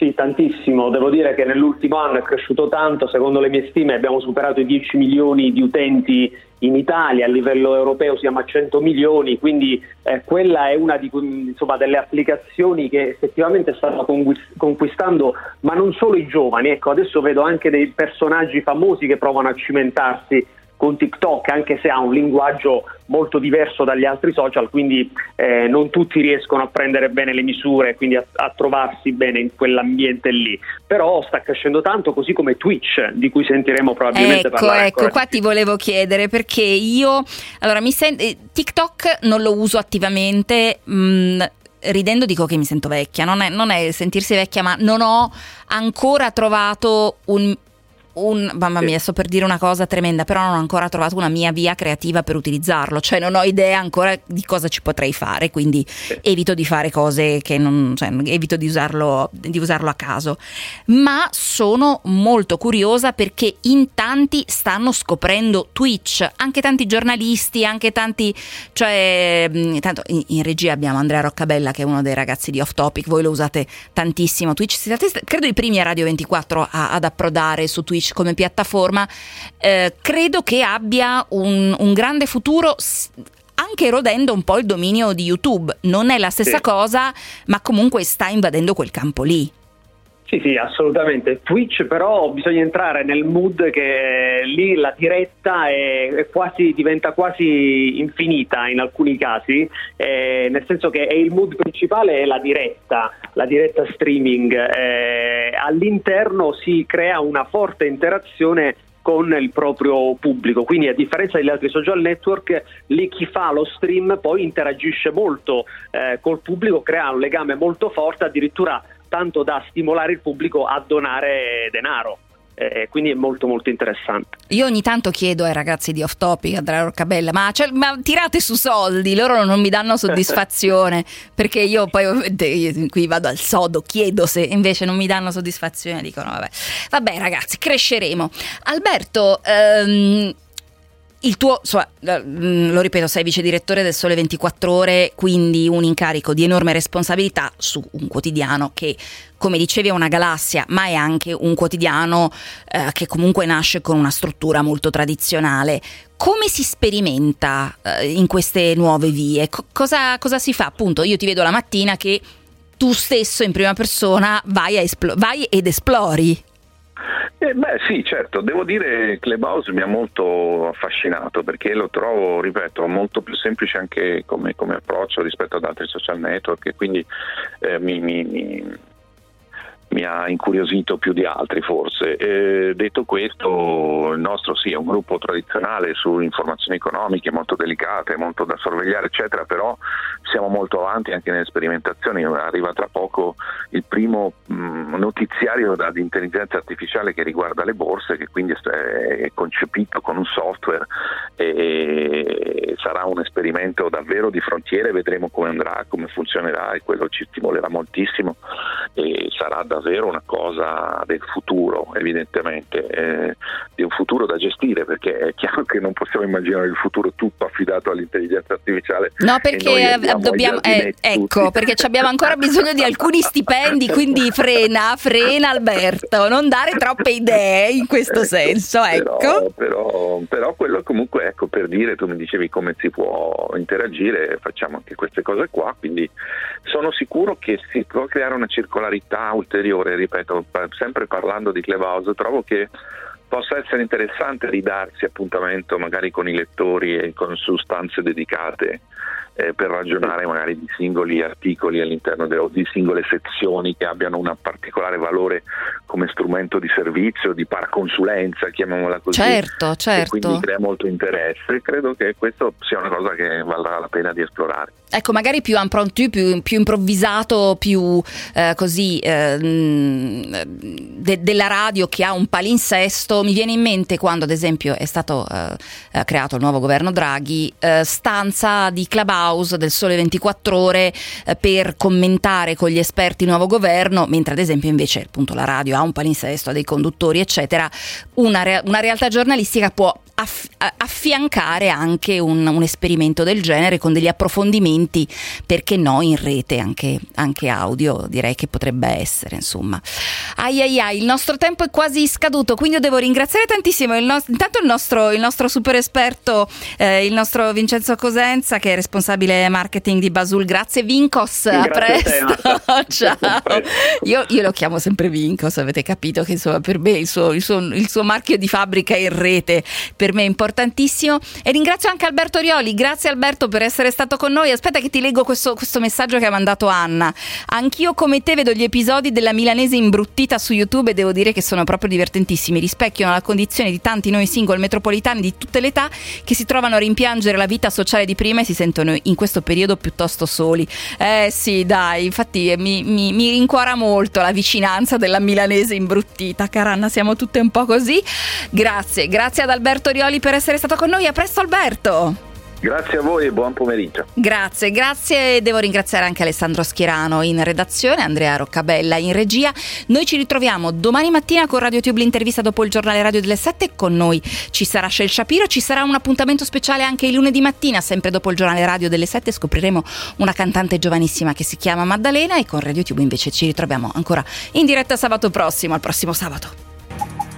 Sì, tantissimo. Devo dire che nell'ultimo anno è cresciuto tanto. Secondo le mie stime abbiamo superato i dieci milioni di utenti in Italia, a livello europeo siamo a cento milioni, quindi eh, quella è una di, insomma, delle applicazioni che effettivamente stanno conquistando, ma non solo i giovani. Ecco, adesso vedo anche dei personaggi famosi che provano a cimentarsi con TikTok, anche se ha un linguaggio molto diverso dagli altri social, quindi eh, non tutti riescono a prendere bene le misure, quindi a, a trovarsi bene in quell'ambiente lì. Però sta crescendo tanto, così come Twitch, di cui sentiremo probabilmente
ecco,
parlare.
Ecco, qua ti volevo chiedere, perché io, allora, mi sento, TikTok non lo uso attivamente, mh, ridendo dico che mi sento vecchia, non è, non è sentirsi vecchia, ma non ho ancora trovato un... Un, mamma mia, sto per dire una cosa tremenda, però non ho ancora trovato una mia via creativa per utilizzarlo, cioè non ho idea ancora di cosa ci potrei fare, quindi evito di fare cose che non, cioè, evito di usarlo, di usarlo a caso, ma sono molto curiosa perché in tanti stanno scoprendo Twitch, anche tanti giornalisti, anche tanti, cioè tanto in, in regia abbiamo Andrea Roccabella che è uno dei ragazzi di Off Topic, voi lo usate tantissimo Twitch, siete credo i primi a Radio ventiquattro a, ad approdare su Twitch come piattaforma, eh, credo che abbia un, un grande futuro, anche erodendo un po' il dominio di YouTube. Non è la stessa sì. cosa, ma comunque sta invadendo quel campo lì.
Sì, sì, assolutamente. Twitch però bisogna entrare nel mood che lì la diretta è, è quasi, diventa quasi infinita in alcuni casi, eh, nel senso che è il mood principale è la diretta, la diretta streaming. Eh, all'interno si crea una forte interazione con il proprio pubblico, quindi a differenza degli altri social network lì chi fa lo stream poi interagisce molto eh, col pubblico, crea un legame molto forte, addirittura tanto da stimolare il pubblico a donare denaro. Eh, quindi è molto molto interessante.
Io ogni tanto chiedo ai ragazzi di Off Topic, Andrea Roccabella, ma, cioè, ma tirate su soldi, loro non mi danno soddisfazione perché io poi io qui vado al sodo, chiedo se invece non mi danno soddisfazione, dicono vabbè, vabbè ragazzi, cresceremo. Alberto, ehm, il tuo, insomma, lo ripeto, sei vice direttore del Sole ventiquattro Ore, quindi un incarico di enorme responsabilità su un quotidiano che, come dicevi, è una galassia, ma è anche un quotidiano eh, che comunque nasce con una struttura molto tradizionale. Come si sperimenta eh, in queste nuove vie? Co- cosa, cosa si fa? Appunto, io ti vedo la mattina che tu stesso in prima persona vai, a esplo- vai ed esplori.
Eh beh sì, certo, devo dire che Clubhouse mi ha molto affascinato perché lo trovo, ripeto, molto più semplice anche come, come approccio rispetto ad altri social network e quindi eh, mi, mi, mi, mi ha incuriosito più di altri forse. Eh, detto questo, il nostro sì è un gruppo tradizionale su informazioni economiche molto delicate, molto da sorvegliare eccetera, però siamo molto avanti anche nelle sperimentazioni. Arriva tra poco il primo mh, notiziario di intelligenza artificiale che riguarda le borse, che quindi è concepito con un software e sarà un esperimento davvero di frontiere, vedremo come andrà, come funzionerà e quello ci stimolerà moltissimo e sarà davvero una cosa del futuro, evidentemente, eh, di un futuro da gestire, perché è chiaro che non possiamo immaginare il futuro tutto affidato all'intelligenza artificiale.
No, perché dobbiamo, eh, ecco, perché abbiamo ancora bisogno di alcuni stipendi, quindi frena, frena Alberto, non dare troppe idee in questo ecco, senso, ecco.
Però, però, però quello comunque, ecco, per dire, tu mi dicevi come si può interagire, facciamo anche queste cose qua, quindi sono sicuro che si può creare una circolarità ulteriore, ripeto, sempre parlando di Clubhouse, trovo che possa essere interessante ridarsi appuntamento magari con i lettori e con sostanze dedicate eh, per ragionare magari di singoli articoli all'interno de- o di singole sezioni che abbiano un particolare valore come strumento di servizio, di paraconsulenza, chiamiamola così.
Certo, certo.
E quindi crea molto interesse. Credo che questo sia una cosa che valdrà la pena di esplorare.
Ecco, magari più impromptu, più, più improvvisato, più eh, così eh, de- della radio che ha un palinsesto. Mi viene in mente quando, ad esempio, è stato eh, creato il nuovo governo Draghi, eh, stanza di Clubhouse del Sole ventiquattro Ore eh, per commentare con gli esperti il nuovo governo, mentre ad esempio invece appunto la radio ha un palinsesto, ha dei conduttori eccetera. Una, re- una realtà giornalistica può aff- affiancare anche un, un esperimento del genere con degli approfondimenti, perché no, in rete, anche, anche audio, direi che potrebbe essere, insomma. Ai ai ai, il nostro tempo è quasi scaduto, quindi io devo ringraziare tantissimo il nostro, intanto il nostro, il nostro super esperto, eh, il nostro Vincenzo Cosenza, che è responsabile marketing di Basul. Grazie Vincos, a presto. A Ciao. Io, io lo chiamo sempre Vincos, avete capito che insomma per me il suo, il suo, il suo marchio di fabbrica in rete per me è importantissimo. E ringrazio anche Alberto Rioli. Grazie Alberto per essere stato con noi. Aspetta che ti leggo questo, questo messaggio che ha mandato Anna. Anch'io come te vedo gli episodi della milanese imbruttita su YouTube e devo dire che sono proprio divertentissimi, rispecchiano la condizione di tanti noi single metropolitani di tutte le età che si trovano a rimpiangere la vita sociale di prima e si sentono in questo periodo piuttosto soli. Eh sì, dai, infatti mi, mi, mi rincuora molto la vicinanza della milanese imbruttita. Cara Anna, siamo tutte un po' così. Grazie, grazie ad Alberto Rioli per essere stato con noi. A presto Alberto.
Grazie a voi e buon pomeriggio.
Grazie, grazie. Devo ringraziare anche Alessandro Schierano in redazione, Andrea Roccabella in regia. Noi ci ritroviamo domani mattina con RadioTube l'intervista dopo il giornale radio delle sette. Con noi ci sarà Shel Shapiro, ci sarà un appuntamento speciale anche il lunedì mattina, sempre dopo il giornale radio delle sette. Scopriremo una cantante giovanissima che si chiama Maddalena e con RadioTube invece ci ritroviamo ancora in diretta sabato prossimo, al prossimo sabato.